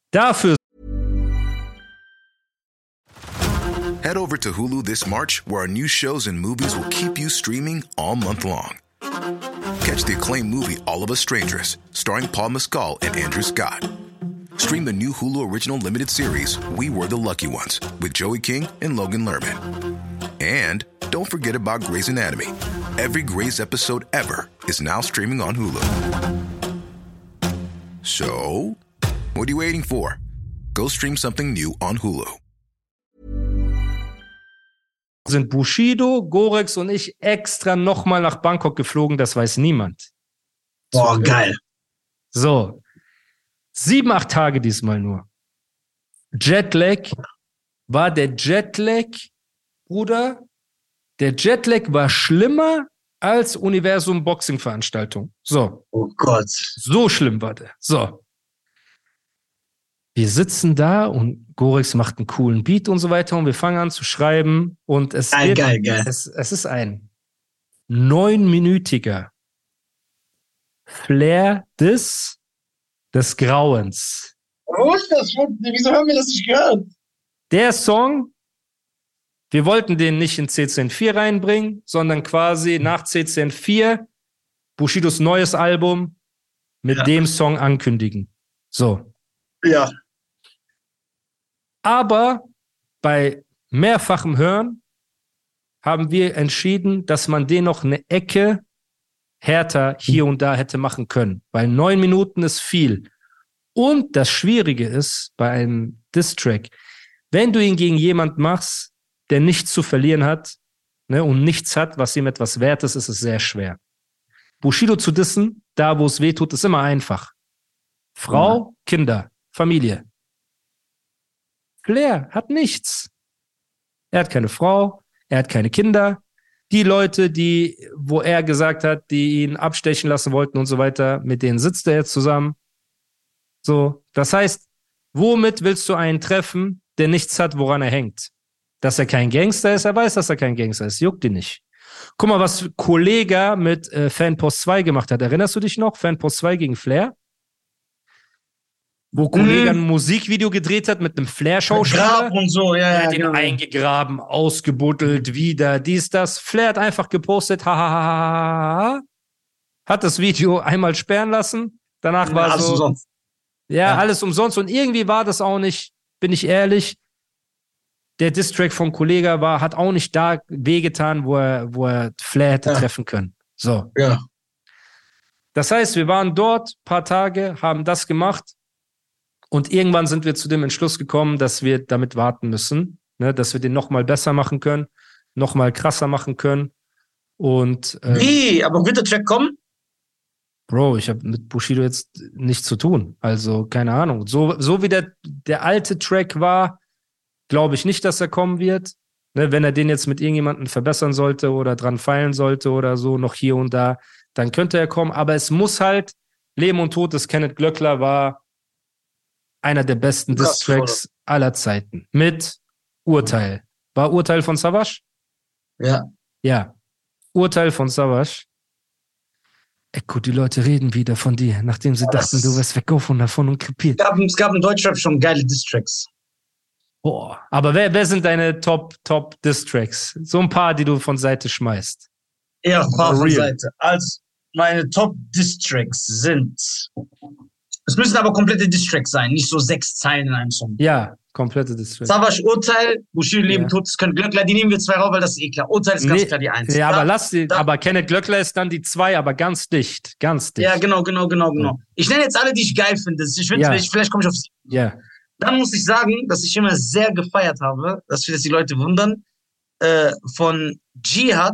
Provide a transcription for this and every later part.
Dafür Head over to Hulu this March, where our new shows and movies will keep you streaming all month long. Catch the acclaimed movie All of Us Strangers, starring Paul Mescal and Andrew Scott. Stream the new Hulu original limited series We Were the Lucky Ones with Joey King and Logan Lerman. And don't forget about Grey's Anatomy. Every Grey's episode ever is now streaming on Hulu. So, what are you waiting for? Go stream something new on Hulu. sind Bushido, Gorex und ich extra nochmal nach Bangkok geflogen, das weiß niemand. Boah, geil. So, 7-8 Tage diesmal nur. Jetlag war der Jetlag, Bruder, der Jetlag war schlimmer als Universum-Boxing-Veranstaltung. So. Oh Gott. So schlimm war der. So. Wir sitzen da und Gorex macht einen coolen Beat und so weiter und wir fangen an zu schreiben und es ist ein 9-minütiger Flair des Grauens. Wo ist das? Wieso haben wir das nicht gehört? Der Song, wir wollten den nicht in CCN4 reinbringen, sondern quasi nach CCN4 Bushidos neues Album mit dem Song ankündigen. So. Ja. Aber bei mehrfachem Hören haben wir entschieden, dass man den noch eine Ecke härter hier und da hätte machen können. Weil 9 Minuten ist viel. Und das Schwierige ist bei einem Diss-Track, wenn du ihn gegen jemand machst, der nichts zu verlieren hat, ne, und nichts hat, was ihm etwas wert ist, ist es sehr schwer. Bushido zu dissen, da wo es weh tut, ist immer einfach. Frau, Kinder, Familie. Flair hat nichts. Er hat keine Frau, er hat keine Kinder. Die Leute, wo er gesagt hat, die ihn abstechen lassen wollten und so weiter, mit denen sitzt er jetzt zusammen. So, das heißt, womit willst du einen treffen, der nichts hat, woran er hängt? Dass er kein Gangster ist, er weiß, dass er kein Gangster ist, juckt ihn nicht. Guck mal, was Kollega mit Fanpost 2 gemacht hat. Erinnerst du dich noch? Fanpost 2 gegen Flair? Wo Kollega ein Musikvideo gedreht hat mit einem Flair-Schauspieler. Und so, er hat ihn eingegraben, ausgebuddelt, wieder, dies, das. Flair hat einfach gepostet, hat das Video einmal sperren lassen. Danach war alles so, umsonst. Alles umsonst. Und irgendwie war das auch nicht, bin ich ehrlich, der Diss-Track von Kollega hat auch nicht da wehgetan, wo er Flair hätte treffen können. So. Ja. Das heißt, wir waren dort ein paar Tage, haben das gemacht. Und irgendwann sind wir zu dem Entschluss gekommen, dass wir damit warten müssen, ne, dass wir den noch mal besser machen können, noch mal krasser machen können. Und Wie? Aber wird der Track kommen? Bro, ich habe mit Bushido jetzt nichts zu tun. Also, keine Ahnung. So wie der alte Track war, glaube ich nicht, dass er kommen wird. Ne, wenn er den jetzt mit irgendjemandem verbessern sollte oder dran feilen sollte oder so, noch hier und da, dann könnte er kommen. Aber es muss halt, Leben und Tod des Kenneth Glöckler war einer der besten Diss-Tracks aller Zeiten. Mit Urteil. War Urteil von Savage? Ja. Ja. Urteil von Savage. Gut, die Leute reden wieder von dir, nachdem sie dachten, du wärst weggeworfen davon und krepiert. Es gab in Deutschrap schon geile Diss-Tracks. Boah. Aber wer sind deine Top Diss-Tracks? So ein paar, die du von Seite schmeißt. Ja, ein paar von Seite. Also, meine Top Diss-Tracks sind... Es müssen aber komplette Diss-Tracks sein, nicht so 6 Zeilen in einem Song. Ja, komplette Diss-Tracks. Savage, Urteil, Bushido, Leben, Tod, das können Glöckler, die nehmen wir 2 raus, weil das ist eh klar. Urteil ist ganz klar die 1. Ja, aber Kenneth Glöckler ist dann die 2, aber ganz dicht. Ja, genau. Ich nenne jetzt alle, die ich geil finde. Vielleicht komme ich auf sie. Ja. Dann muss ich sagen, dass ich immer sehr gefeiert habe, dass wir das die Leute wundern, von Jihad,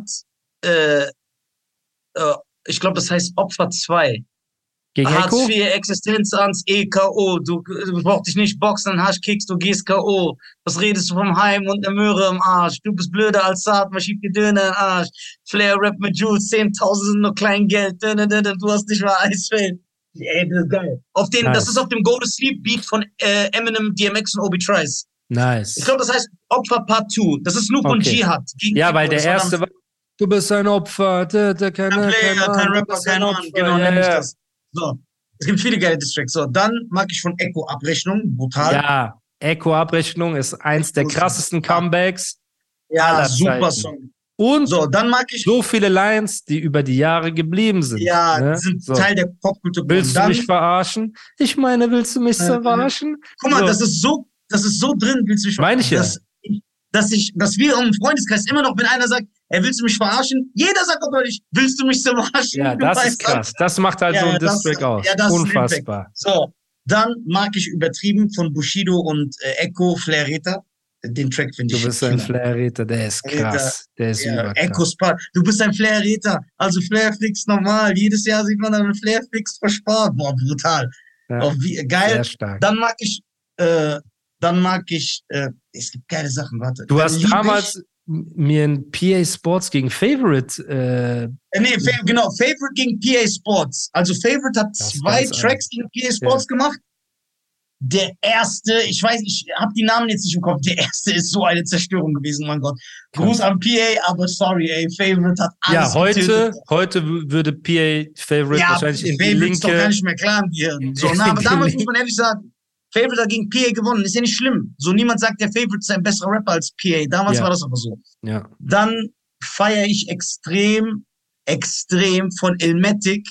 ich glaube, das heißt Opfer 2. Gegen Hartz IV, Existenzangst, EKO, du brauchst dich nicht boxen, dann kickst du, gehst K.O. Was redest du vom Heim und der Möhre im Arsch? Du bist blöder als Saat, man schiebt dir Döner in den Arsch. Flair Rap mit Jules, 10.000 sind nur Kleingeld, du hast nicht mal Eisfeld. Ey, das ist geil. Das ist auf dem Go to Sleep Beat von Eminem, DMX und Obi Trice. Nice. Ich glaube, das heißt Opfer Part 2. Das ist nur von Jihad. Ja, weil der erste war, du bist ein Opfer, kein Rapper, keine Ahnung, genau, nenn ich das. So. Es gibt viele geile Distracks. So, dann mag ich von Echo Abrechnung, brutal. Ja, Echo-Abrechnung ist eins der krassesten Comebacks aller super Zeiten. Song. Und So, dann mag ich. so viele Lines, die über die Jahre geblieben sind. Ja, ne? die sind So. Teil der Popkultur. Willst du mich verarschen? Ich meine, willst du mich verarschen? Guck mal, So. das ist so drin, willst du mich Meine ich ja. Dass wir im Freundeskreis immer noch, wenn einer sagt, willst du mich verarschen? Jeder sagt auch deutlich, willst du mich verarschen? Ja, das ist krass. Das macht halt so ein Distrack aus. Ja, das Unfassbar. So, dann mag ich übertrieben von Bushido und Echo Flair Reta. Den Track finde ich. Du bist ein Flair-Räter, der ist krass. Der ist überkrass. Echo Spar. Du bist ein Flair-Räter. Also Flair fliegst normal. Jedes Jahr sieht man einen Flair fliegst verspart. Boah, brutal. Ja, geil. Sehr stark. Dann mag ich, es gibt geile Sachen, warte. Du hast damals mir ein PA Sports gegen Favorite. Genau, Favorite gegen PA Sports. Also Favorite hat 2 Tracks gegen PA Sports gemacht. Der erste, ich habe die Namen jetzt nicht im Kopf, der erste ist so eine Zerstörung gewesen, mein Gott. Gruß an PA, aber sorry, Favorite hat alles heute würde PA Favorite wahrscheinlich in die linke... ist doch gar nicht mehr klar im Gehirn. So, aber damals muss man ehrlich sagen, Favorite hat gegen PA gewonnen, ist ja nicht schlimm. So, niemand sagt, der Favorite ist ein besserer Rapper als PA. Damals war das aber so. Ja. Dann feiere ich extrem von Illmatic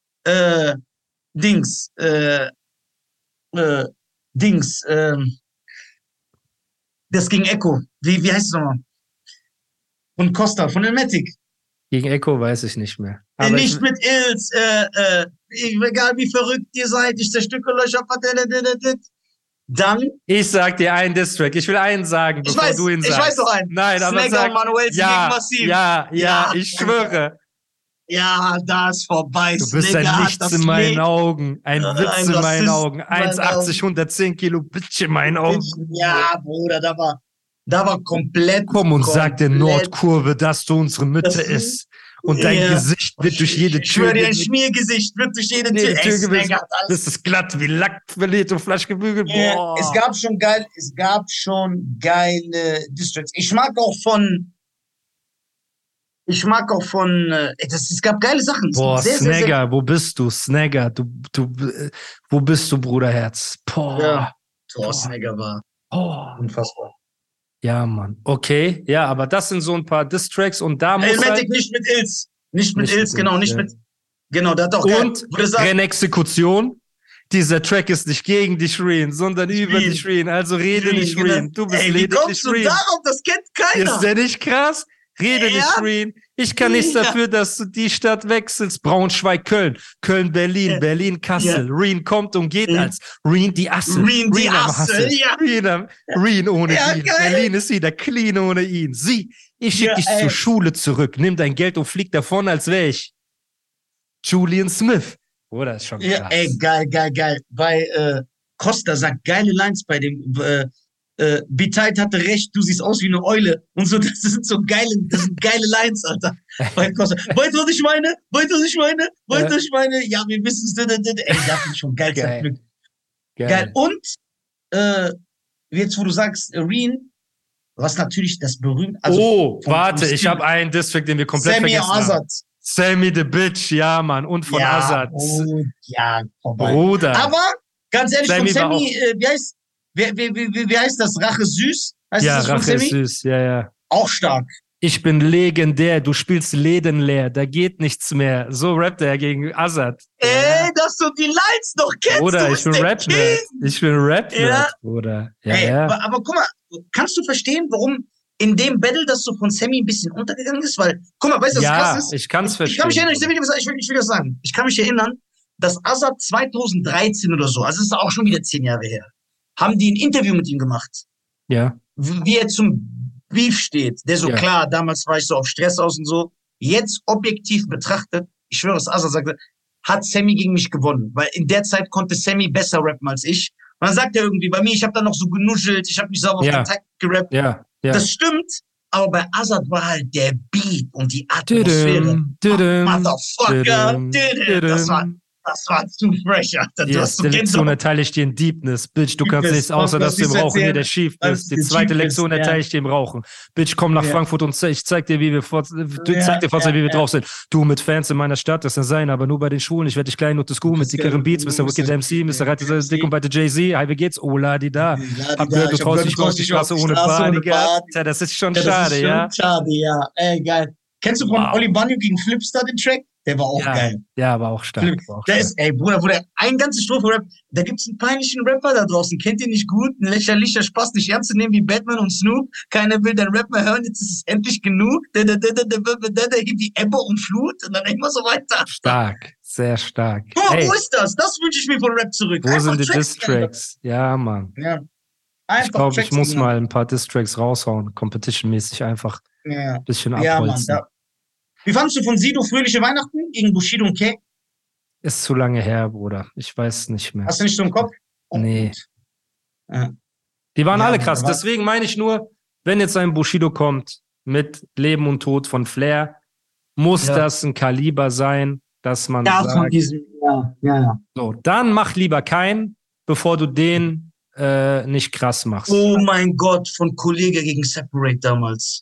das gegen Echo. Wie heißt es nochmal? Und Costa, von Illmatic. Gegen Echo weiß ich nicht mehr. Aber nicht mit Ills, egal wie verrückt ihr seid, ich zerstücke euch auf. Dann. Ich sag dir einen Distrack. Ich will einen sagen, bevor du ihn sagst. Ich weiß doch einen. Nein, aber Snagger sag. Und Manuel gegen Massiv. Ja, ich schwöre. Ja, da ist vorbei. Du bist ein Nichts in meinen Augen. Ein Witz in meinen Augen. 1,80, 110 Kilo Bitch in meinen Augen. Ja, Bruder, da war komplett. Komm und sag der Nordkurve, dass du unsere Mitte ist. Und dein Gesicht wird durch jede Tür. Ich schwöre dir, ein Schmiergesicht wird durch jede Tür gewissen. Das ist glatt wie Lack verliert und Flasch gebügelt. Yeah. Es gab schon geile Distracks. Es gab geile Sachen. Boah, Snagger, wo bist du? Snagger, wo bist du, Bruderherz? Boah. Ja, Snagger war unfassbar. Ja, Mann. Okay, ja, aber das sind so ein paar Distracks und da muss halt... nicht mit Ilz. Nicht mit Ilz, genau. Nicht mit... Genau, der hat auch... Und Rennexekution. Dieser Track ist nicht gegen die Shreen, sondern über die Shreen. Also rede nicht Shreen. Du bist lediglich Shreen. Wie kommst du darauf? Das kennt keiner. Ist der nicht krass? Rede nicht Shreen. Ich kann nichts dafür, dass du die Stadt wechselst. Braunschweig, Köln, Berlin, Berlin, Kassel. Reen kommt und geht als Reen die Assel. Reen die Assel, Reen ohne ihn. Geil. Berlin ist wieder clean ohne ihn. Ich schick dich zur Schule zurück. Nimm dein Geld und flieg davon, als wäre ich Julian Smith. Oder ist schon krass. Ja, geil. Bei Costa sagt geile Lines bei dem Biteit hatte recht, du siehst aus wie eine Eule. Und so, das sind geile Lines, Alter. Bei Costa. Weißt du, was ich meine? Ja, wir wissen es. Ey, das ist schon geil. Geil. Und jetzt, wo du sagst, Reen, was natürlich das berühmt... Also warte, ich habe einen District, den wir komplett vergessen haben. Sammy the Bitch, ja, Mann. Und von Azad. Vorbei. Bruder. Aber, ganz ehrlich, von Sammy, wie heißt das? Rache süß? Rache ist süß, ja. Auch stark. Ich bin legendär, du spielst Läden leer, da geht nichts mehr. So rappt er gegen Azad. Dass du die Lines noch kennst. Oder ich bin Rap-Nerd. Bruder. Aber guck mal, kannst du verstehen, warum in dem Battle das so von Sammy ein bisschen untergegangen ist? Weil, guck mal, weißt du, was krass ist? Ich kann es verstehen. Ich kann mich erinnern, ich will das sagen. Ich kann mich erinnern, dass Azad 2013 oder so, also es ist auch schon wieder 10 Jahre her, haben die ein Interview mit ihm gemacht. Ja. Wie er zum Beef steht. Der so, klar, damals war ich so auf Stress aus und so. Jetzt objektiv betrachtet, ich schwöre, was Azad sagte, hat Sammy gegen mich gewonnen. Weil in der Zeit konnte Sammy besser rappen als ich. Und dann sagt er irgendwie, bei mir, ich habe da noch so genuschelt, ich habe mich sauber auf den Takt gerappt. Ja. Das stimmt, aber bei Azad war halt der Beat und die Atmosphäre. Motherfucker. Das war zu fresh, Alter. Die erste Lektion erteile ich dir in Deepness. Bitch, du kannst nichts, außer dass du im Rauchen hier der Chief bist. Die zweite Lektion erteile ich dir im Rauchen. Bitch, komm nach Frankfurt und ich zeig dir, wie wir drauf sind. Du mit Fans in meiner Stadt, das kann sein, aber nur bei den Schwulen. Ich werde dich klein und das mit dickeren Beats, Mr. Wicked MC, Mr. Reite Dick und bei der Jay-Z. Hi, wie geht's? Oh, ladi da. Hab gehört, du traust dich auf die Straße ohne Party gehabt. Tja, das ist schon schade, ja? Schade, ja. Ey, geil. Kennst du von Oli Banyo gegen Flipstar den Track? Der war auch geil. Ja, war auch stark. Ey, Bruder, wo der ein ganze Strophe rappt, da gibt's einen peinlichen Rapper da draußen, kennt ihr nicht gut, ein lächerlicher Spaß, nicht ernst zu nehmen wie Batman und Snoop, keiner will dein Rap mehr hören, jetzt ist es endlich genug, wie Ebbe und Flut und dann immer so weiter. Stark, sehr stark. Guck mal, wo ist das? Das wünsche ich mir von Rap zurück. Wo sind die Diss-Tracks? Ja, Mann. Ja. Ich glaube, ich muss mal ein paar Diss-Tracks raushauen, competition-mäßig einfach ein bisschen abholzen. Ja, Mann, wie fandest du von Sido Fröhliche Weihnachten gegen Bushido und K? Ist zu lange her, Bruder. Ich weiß nicht mehr. Hast du nicht so im Kopf? Nee. Ja. Die waren alle krass. Deswegen meine ich nur, wenn jetzt ein Bushido kommt mit Leben und Tod von Flair, muss das ein Kaliber sein, dass man sagt, von diesem, So, dann mach lieber keinen, bevor du den nicht krass machst. Oh mein Gott, von Kollege gegen Separate damals.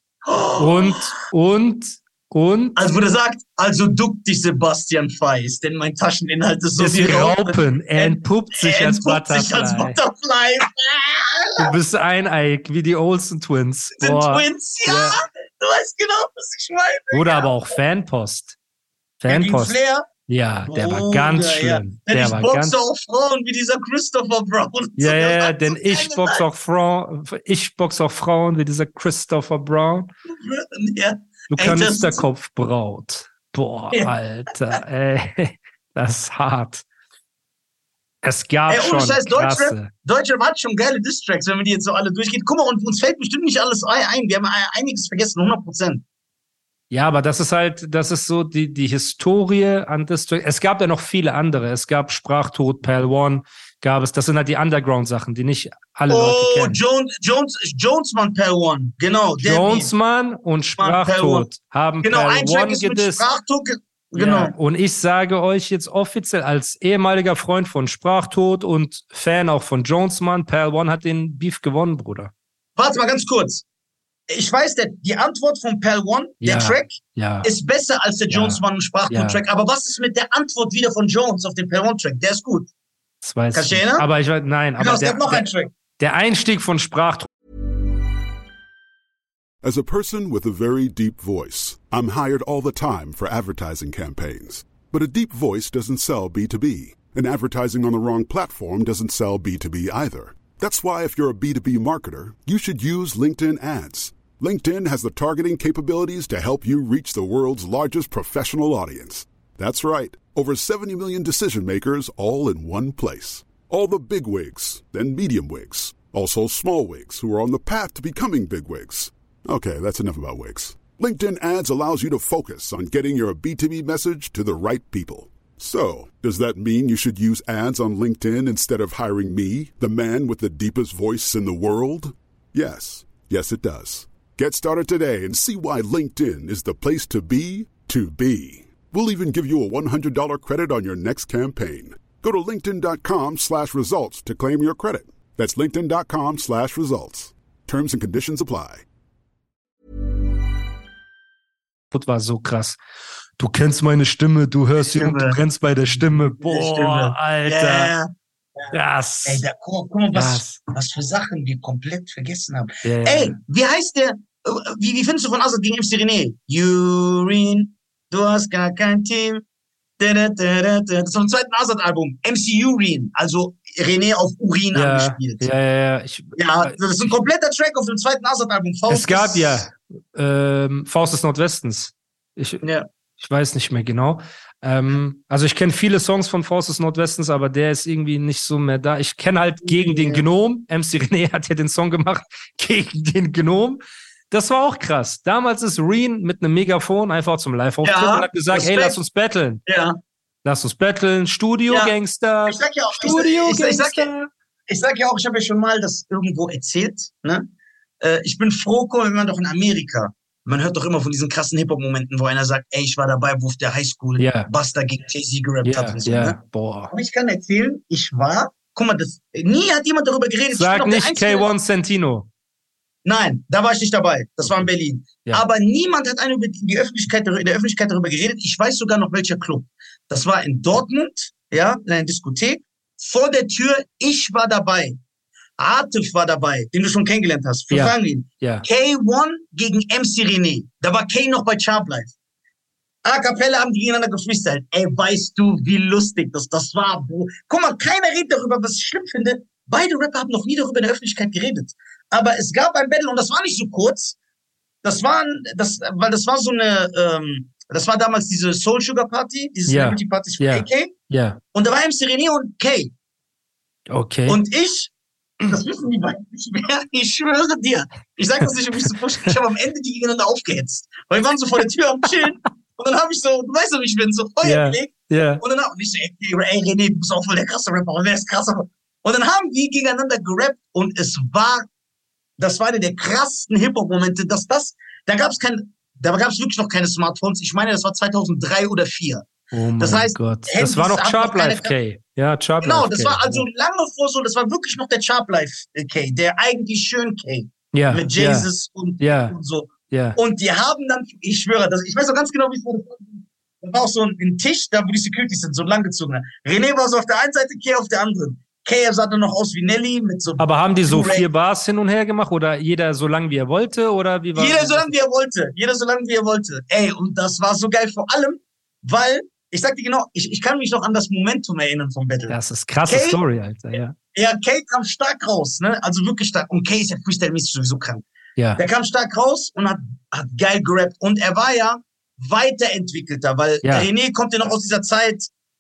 Also, wo der sagt, also duck dich, Sebastian Feist, denn mein Tascheninhalt ist so wie Raupen. Er entpuppt sich als Butterfly. Du bist eineig, wie die Olsen Twins. Die Twins, ja. Du weißt genau, was ich meine. Oder aber auch Fanpost. Fanpost. Ja, der war ganz schlimm. Denn ich boxe auch Frauen wie dieser Christopher Brown. Ja, denn ich boxe auch Frauen wie dieser Christopher Brown. Ja. Du kannst der Kopfbraut. Boah, Alter, ey. Das ist hart. Es gab schon krasse. Deutsche hat schon geile Distracks, wenn wir die jetzt so alle durchgehen. Guck mal, und uns fällt bestimmt nicht alles ein. Wir haben einiges vergessen, 100%. Ja, aber das ist so die Historie an Distracks. Es gab ja noch viele andere. Es gab Sprachtod, Pal One, das sind halt die Underground-Sachen, die nicht alle Leute kennen. Jonesman Pal One, genau. Jonesman und Sprachtod haben Pal One gedisst. Genau. Ja, und ich sage euch jetzt offiziell als ehemaliger Freund von Sprachtod und Fan auch von Jonesman, Pal One hat den Beef gewonnen, Bruder. Warte mal ganz kurz. Ich weiß, die Antwort von Pal One, der Track, ist besser als der Jonesman und Sprachtod-Track. Aber was ist mit der Antwort wieder von Jones auf den Pal One-Track? Der ist gut. Das weiß ich nicht. Aber ich weiß, nein. Genau, aber der Einstieg von Sprachtod. As a person with a very deep voice, I'm hired all the time for advertising campaigns. But a deep voice doesn't sell B2B. And advertising on the wrong platform doesn't sell B2B either. That's why if you're a B2B marketer, you should use LinkedIn ads. LinkedIn has the targeting capabilities to help you reach the world's largest professional audience. That's right. Over 70 million decision makers all in one place. All the big wigs and medium wigs. Also small wigs who are on the path to becoming big wigs. Okay, that's enough about wigs. LinkedIn ads allows you to focus on getting your B2B message to the right people. So, does that mean you should use ads on LinkedIn instead of hiring me, the man with the deepest voice in the world? Yes. Yes, it does. Get started today and see why LinkedIn is the place to be to be. We'll even give you a $100 credit on your next campaign. Go to linkedin.com/results to claim your credit. That's linkedin.com/results. Terms and conditions apply. War so krass. Du kennst meine Stimme, du hörst sie und du brennst bei der Stimme. Boah, Alter. Krass. Ey, guck mal, was für Sachen wir komplett vergessen haben. Ey, wie heißt der? Wie findest du von Azad gegen MC René? Urine, du hast gar kein Team. Das ist vom zweiten Azad-Album. MC Urine, also René auf Urin angespielt. Ja, das ist ein kompletter Track auf dem zweiten Azad-Album. Es gab Faust des Nordwestens. Ich weiß nicht mehr genau. Also ich kenne viele Songs von Faust des Nordwestens, aber der ist irgendwie nicht so mehr da. Ich kenne halt Gegen den Gnom. MC René hat ja den Song gemacht, Gegen den Gnom. Das war auch krass. Damals ist Reen mit einem Megafon einfach zum Live-Auftritt und hat gesagt, hey, lass uns battlen. Ja. Lass uns battlen. Studio-Gangster. Ich sag ja auch, Studio-Gangster. Ich sag ja auch, ich habe ja schon mal das irgendwo erzählt. Ne? Ich bin froh, wenn man doch in Amerika. man hört doch immer von diesen krassen Hip-Hop-Momenten, wo einer sagt, ey, ich war dabei, wo auf der Highschool Busta gegen Jay-Z gerappt hat und so. Ne? Boah. Aber ich kann erzählen, guck mal, nie hat jemand darüber geredet. Sag nicht K1 Santino. Nein, da war ich nicht dabei. Das war in Berlin. Ja. Aber niemand hat in der Öffentlichkeit darüber geredet. Ich weiß sogar noch, welcher Club. Das war in Dortmund, ja, in einer Diskothek. Vor der Tür, ich war dabei. Atif war dabei, den du schon kennengelernt hast. Für Franklin. Ja. K1 gegen MC René. Da war K noch bei Sharp Life. A Cappella haben die gegeneinander gefreestylt. Ey, weißt du, wie lustig das war, Bro. Guck mal, keiner redet darüber, was ich schlimm finde. Beide Rapper haben noch nie darüber in der Öffentlichkeit geredet. Aber es gab ein Battle und das war nicht so kurz. Das war so eine, das war damals diese Soul Sugar Party, diese Celebrity Partys für AK. Ja. Und da war MC René und K. Okay. Und das wissen die beiden nicht mehr. Ich schwöre dir. Ich sag das nicht, um mich zu pushen. Ich habe am Ende die gegeneinander aufgehetzt. Weil wir waren so vor der Tür am Chillen. Und dann habe ich so, du weißt doch, wie ich bin, so Feuer gelegt. Und dann habe ich so, ey, René, du bist auch voll der krasse Rapper. Und wer ist krasser? Und dann haben die gegeneinander gerappt. Und das war einer der krassesten Hip-Hop-Momente, da gab es wirklich noch keine Smartphones. Ich meine, das war 2003 oder 2004. Oh mein Gott. Das war noch Sharp Life K. Ja, Sharp Life K. Genau, das war also lange vor so, das war wirklich noch der Sharp Life K, der eigentlich schön K. Ja. Mit Jesus und so. Ja. Und die haben dann, ich schwöre, ich weiß auch ganz genau, wie es war. Da war auch so ein Tisch, da wo die Securities sind, so langgezogen. René war so auf der einen Seite, K auf der anderen. K sah dann noch aus wie Nelly mit so. Aber haben die so 4 Bars hin und her gemacht oder jeder so lang wie er wollte oder wie war Jeder so lang wie er wollte. Jeder so lang wie er wollte. Ey, und das war so geil vor allem, weil ich sag dir genau, ich kann mich noch an das Momentum erinnern vom Battle. Das ist krasse Story, Alter, ja. Ja, K kam stark raus, ne? Also wirklich stark. Und K ist ja freestyle-mäßig sowieso krank. Ja. Der kam stark raus und hat geil gerappt. Und er war ja weiterentwickelter, weil René kommt ja noch aus dieser Zeit,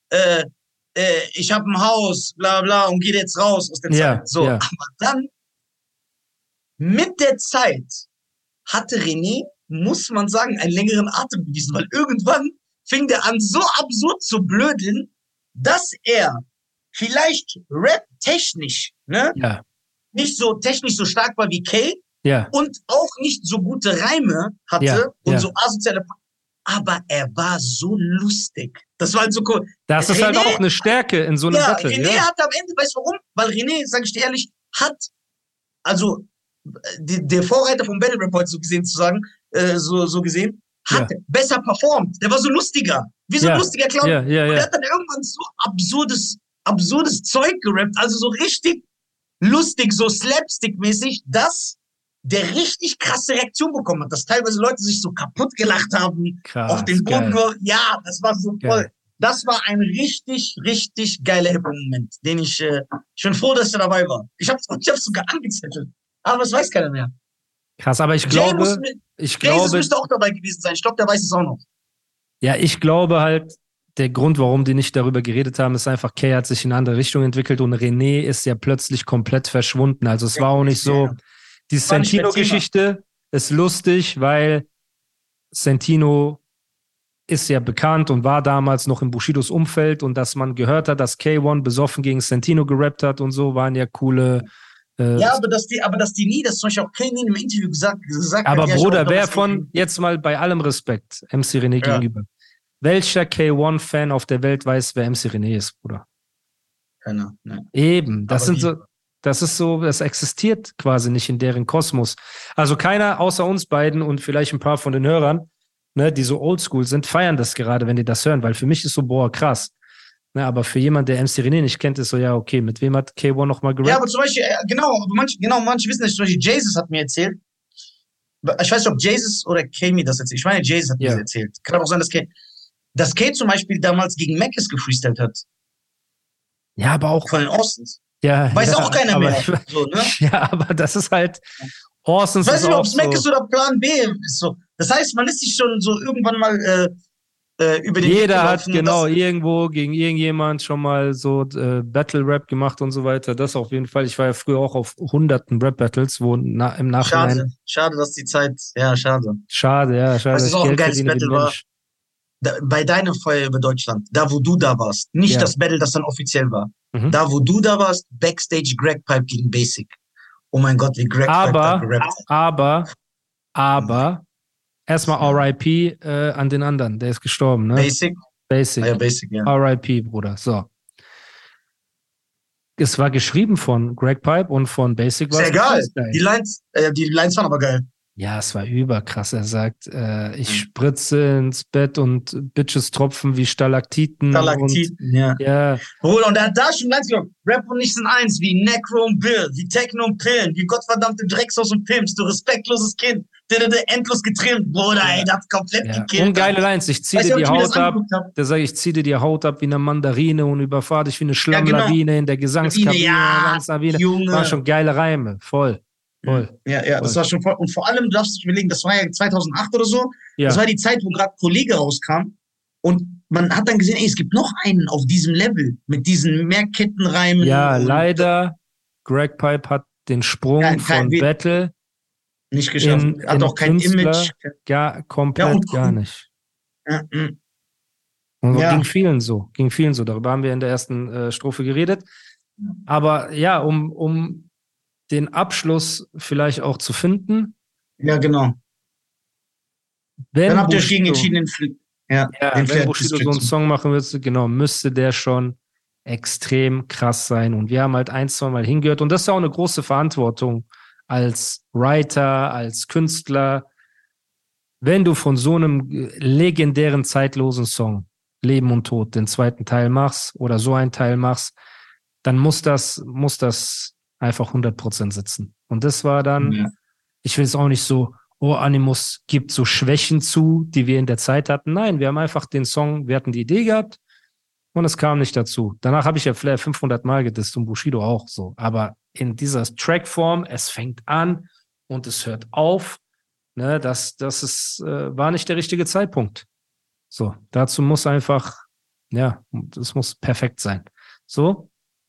ich habe ein Haus, bla bla, und geht jetzt raus aus der Zeit. So, aber dann, mit der Zeit, hatte René, muss man sagen, einen längeren Atem bewiesen, weil irgendwann fing der an, so absurd zu blödeln, dass er vielleicht rap-technisch, ne, nicht so technisch so stark war wie K, und auch nicht so gute Reime hatte und so asoziale, aber er war so lustig. Das war halt so cool. Das ist halt auch eine Stärke in so einem Battle. René hat am Ende, weißt du warum? Weil René, sag ich dir ehrlich, also der Vorreiter vom Battle Rap heute so gesehen zu sagen, so gesehen, hat besser performt. Der war so lustiger. Wie so ein lustiger Clown. Und er hat dann irgendwann so absurdes Zeug gerappt, also so richtig lustig, so Slapstick-mäßig, dass der richtig krasse Reaktion bekommen hat, dass teilweise Leute sich so kaputt gelacht haben, auf den Boden. Ja, das war so toll. Das war ein richtig, richtig geiler Hip-Hop-Moment, den ich bin froh, dass er dabei war. Ich hab's sogar angezettelt, aber das weiß keiner mehr. Krass, aber ich glaube, Jesus müsste auch dabei gewesen sein. Ich glaube, der weiß es auch noch. Ja, ich glaube halt, der Grund, warum die nicht darüber geredet haben, ist einfach, Kay hat sich in eine andere Richtung entwickelt und René ist ja plötzlich komplett verschwunden. Also es war auch nicht so. Die Santino-Geschichte ist lustig, weil Santino ist ja bekannt und war damals noch in Bushidos Umfeld und dass man gehört hat, dass K1 besoffen gegen Santino gerappt hat und so, waren ja coole. Aber dass die nie, das zum Beispiel auch K nie im Interview gesagt aber hat. Bruder, wer von, jetzt mal bei allem Respekt, MC René gegenüber, welcher K1-Fan auf der Welt weiß, wer MC René ist, Bruder? Keiner, ne. Eben, das ist so, das existiert quasi nicht in deren Kosmos. Also keiner außer uns beiden und vielleicht ein paar von den Hörern, ne, die so oldschool sind, feiern das gerade, wenn die das hören, weil für mich ist so, boah, krass. Ne, aber für jemanden, der MC René nicht kennt, ist so, ja, okay, mit wem hat K1 nochmal gerappt? Ja, aber zum Beispiel, manche wissen nicht, zum Beispiel Jesus hat mir erzählt, ich weiß nicht, ob Jesus oder K mir das erzählt, ich meine, Jesus hat mir das erzählt. Kann auch sein, dass K zum Beispiel damals gegen Mackes gefreestylt hat. Ja, aber auch von den Austins. Ja, weiß auch keiner mehr. So, ne? Ja, aber das ist halt Orsons. Ich weiß nicht, ob es Mac ist oder Plan B ist. So. Das heißt, man ist sich schon so irgendwann mal über den Jeder hat irgendwo gegen irgendjemand schon mal so Battle-Rap gemacht und so weiter. Das auf jeden Fall. Ich war ja früher auch auf hunderten Rap-Battles, wo im Nachhinein... Schade, dass die Zeit... Ja, schade. Schade. Was auch ein geiles Battle war. Bei deinem Feuer über Deutschland, da wo du da warst, nicht das Battle, das dann offiziell war. Da wo du da warst, Backstage Greg Pipe gegen Basic. Oh mein Gott, wie Greg Pipe da gerappt hat. Aber Erstmal RIP an den anderen, der ist gestorben, ne? Basic. Basic. Ja, Basic, ja. RIP, Bruder. So. Es war geschrieben von Greg Pipe und von Basic war Sehr geil. Die Lines waren aber geil. Ja, es war überkrass. Er sagt, ich spritze ins Bett und Bitches tropfen wie Stalaktiten. Ja. Ja. Bruder, und er hat da schon Lines gesagt, Rap und nicht sind eins, wie Necro und Bill, wie Techno und Pillen, wie gottverdammte Dreckshaus und Pimps, du respektloses Kind, endlos getrimmt, Bruder, ey, das komplett gekillt. Und geile Lines, ich zieh dir die Haut ab, der sagt, ich zieh dir die Haut ab wie eine Mandarine und überfahr dich wie eine Schlammlawine in der Gesangskabine. Ja, Junge. Waren schon geile Reime, voll. Ja, das war schon voll. Und vor allem, du darfst dich überlegen, das war ja 2008 oder so. Ja. Das war die Zeit, wo gerade Kollege rauskam. Und man hat dann gesehen, ey, es gibt noch einen auf diesem Level mit diesen Mehrkettenreimen. Ja, leider, Greg Pipe hat den Sprung von Battle nicht geschafft. Hat auch kein Image. Komplett gar nicht. Und ging vielen so. Darüber haben wir in der ersten Strophe geredet. Aber ja, um den Abschluss vielleicht auch zu finden. Ja, genau. Dann habt ihr euch gegen entschieden, wenn Bushido so einen Song machen würde, genau, müsste der schon extrem krass sein. Und wir haben halt 1-2 Mal hingehört. Und das ist ja auch eine große Verantwortung als Writer, als Künstler. Wenn du von so einem legendären, zeitlosen Song Leben und Tod den zweiten Teil machst oder so einen Teil machst, dann muss das einfach 100% sitzen. Und das war dann, ich will es auch nicht so, Animus gibt so Schwächen zu, die wir in der Zeit hatten. Nein, wir haben einfach den Song, wir hatten die Idee gehabt und es kam nicht dazu. Danach habe ich ja Flair 500 Mal gedisst und Bushido auch so. Aber in dieser Trackform, es fängt an und es hört auf, ne, das war nicht der richtige Zeitpunkt. So, dazu muss einfach, das muss perfekt sein. So.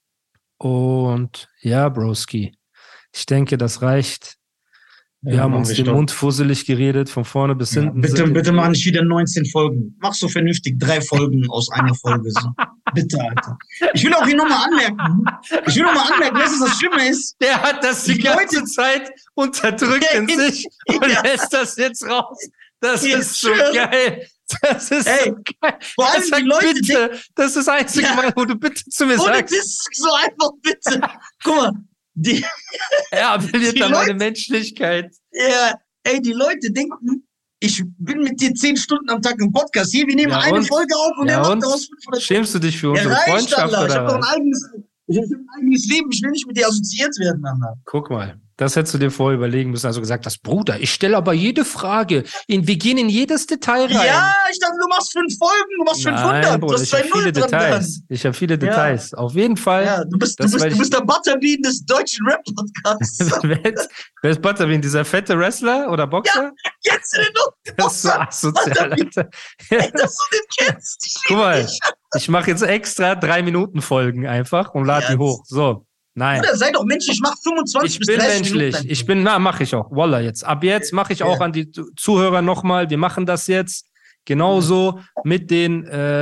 Und ja, Broski, ich denke, das reicht. Wir haben uns den Mund fusselig geredet, von vorne bis hinten. Bitte mach nicht wieder 19 Folgen. Mach so vernünftig 3 Folgen aus einer Folge. So. Bitte, Alter. Ich will auch hier nochmal anmerken, weißt du, was das Schlimme ist? Der hat das die ganze Zeit unterdrückt in sich und lässt das jetzt raus. Das ist so geil. Das ist so geil. Vor allem die Leute, bitte. Das ist das einzige Mal, wo du bitte zu mir sagst. Das ist so einfach, bitte. Guck mal. Er appelliert an meine Menschlichkeit. Ja, ey, die Leute denken, ich bin mit dir 10 Stunden am Tag im Podcast. Hier, wir nehmen eine Folge auf und er macht daraus 500. Schämst du dich für unsere Freundschaft? Ich habe doch ein eigenes Leben. Ich will nicht mit dir assoziiert werden, Anna. Guck mal. Das hättest du dir vorher überlegen müssen. Also gesagt hast, Bruder, ich stelle aber jede Frage. Wir gehen in jedes Detail rein. Ja, ich dachte, du machst 5 Folgen, du machst 500. Bruder, ich habe viele Details. Ich habe viele Details. Auf jeden Fall. Ja, du bist der Butterbean des deutschen Rap-Podcasts. Wer ist Butterbean? Dieser fette Wrestler oder Boxer? Ja, kennst du den noch? Das ist so asozial, Alter. Ey, dass du den kennst. Guck mal, ich mache jetzt extra 3-Minuten-Folgen einfach und lade die hoch. So. Nein. Oder sei doch menschlich, mach 25 bis 30 Minuten. Ich bin menschlich. Mache ich auch. Wallah jetzt. Ab jetzt mache ich auch an die Zuhörer nochmal. Wir machen das jetzt genauso mit den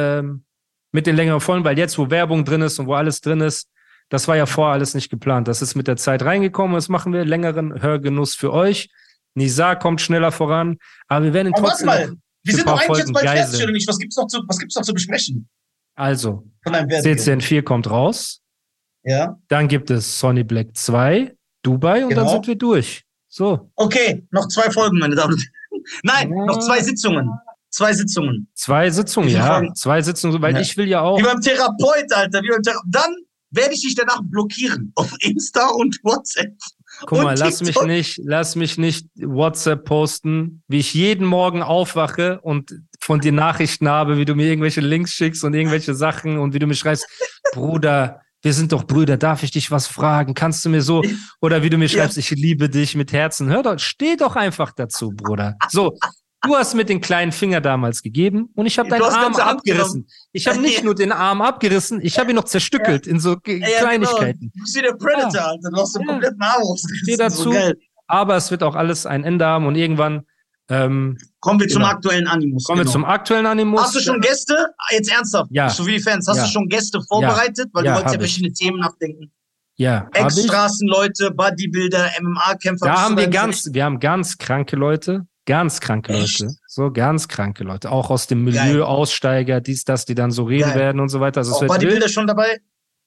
längeren Folgen, weil jetzt, wo Werbung drin ist und wo alles drin ist, das war ja vorher alles nicht geplant. Das ist mit der Zeit reingekommen und das machen wir längeren Hörgenuss für euch. Nizar kommt schneller voran, aber wir werden ihn trotzdem. Warte mal, wir sind doch eigentlich jetzt bald fertig, oder nicht? Was gibt's noch zu besprechen? Also, CCN 4 kommt raus. Ja. Dann gibt es Sonny Black 2, Dubai und dann sind wir durch. So. Okay, noch 2 Folgen, meine Damen und Herren. Nein, noch 2 Sitzungen. 2 Sitzungen. 2 Sitzungen, ja. 2 Sitzungen, weil ich will ja auch. Wie beim Therapeut, Alter. Dann werde ich dich danach blockieren. Auf Insta und WhatsApp. Guck mal, lass mich nicht WhatsApp posten, wie ich jeden Morgen aufwache und von dir Nachrichten habe, wie du mir irgendwelche Links schickst und irgendwelche Sachen und wie du mir schreibst, Bruder, wir sind doch Brüder, darf ich dich was fragen? Kannst du mir so, oder wie du mir schreibst, ich liebe dich mit Herzen. Steh doch einfach dazu, Bruder. So, du hast mir den kleinen Finger damals gegeben und ich habe deinen Arm abgerissen. Ich habe nicht nur den Arm abgerissen, ich habe ihn noch zerstückelt in so Kleinigkeiten. Genau. Du bist wie der Predator, Alter. Du hast den kompletten Arm ausgerissen. Steh dazu, so aber es wird auch alles ein Ende haben und irgendwann kommen wir zum aktuellen Animus. Hast du schon Gäste? Jetzt ernsthaft. Ja. So wie die Fans. Hast du schon Gäste vorbereitet? Weil du wolltest ja verschiedene Themen nachdenken. Ja. Ex-Straßenleute, Bodybuilder, MMA-Kämpfer. Wir haben ganz kranke Leute. Ganz kranke Echt? Leute. So ganz kranke Leute. Auch aus dem Milieu, Geil. Aussteiger, dies, das, die dann so reden Geil. werden und so weiter. Also es Auch wird war die wild. Bilder schon dabei?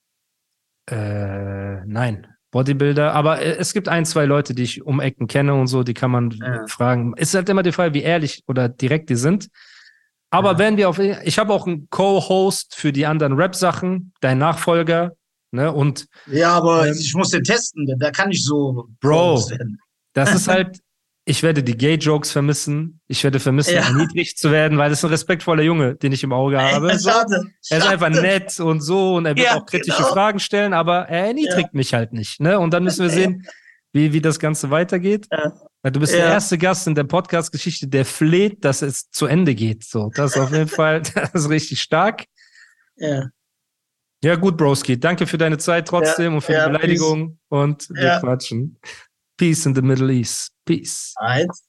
Nein, Bodybuilder. Aber es gibt 1, 2 Leute, die ich um Ecken kenne und so, die kann man fragen. Ist halt immer die Frage, wie ehrlich oder direkt die sind. Aber wenn wir ich habe auch einen Co-Host für die anderen Rap-Sachen, dein Nachfolger, ne? Und Ja, aber ich muss den testen, da kann ich so Bro, werden. das ist halt, ich werde die Gay-Jokes vermissen. Ich werde vermissen, erniedrigt zu werden, weil das ist ein respektvoller Junge, den ich im Auge habe. So. Schade. Er ist einfach nett und so und er wird auch kritische Fragen stellen, aber er erniedrigt mich halt nicht. Ne? Und dann müssen wir sehen, wie das Ganze weitergeht. Weil du bist der erste Gast in der Podcast-Geschichte, der fleht, dass es zu Ende geht. So, das ist auf jeden Fall, das ist richtig stark. Ja, gut, Broski. Danke für deine Zeit trotzdem und für die Beleidigung. Und wir quatschen. Peace in the Middle East. Peace. Alright.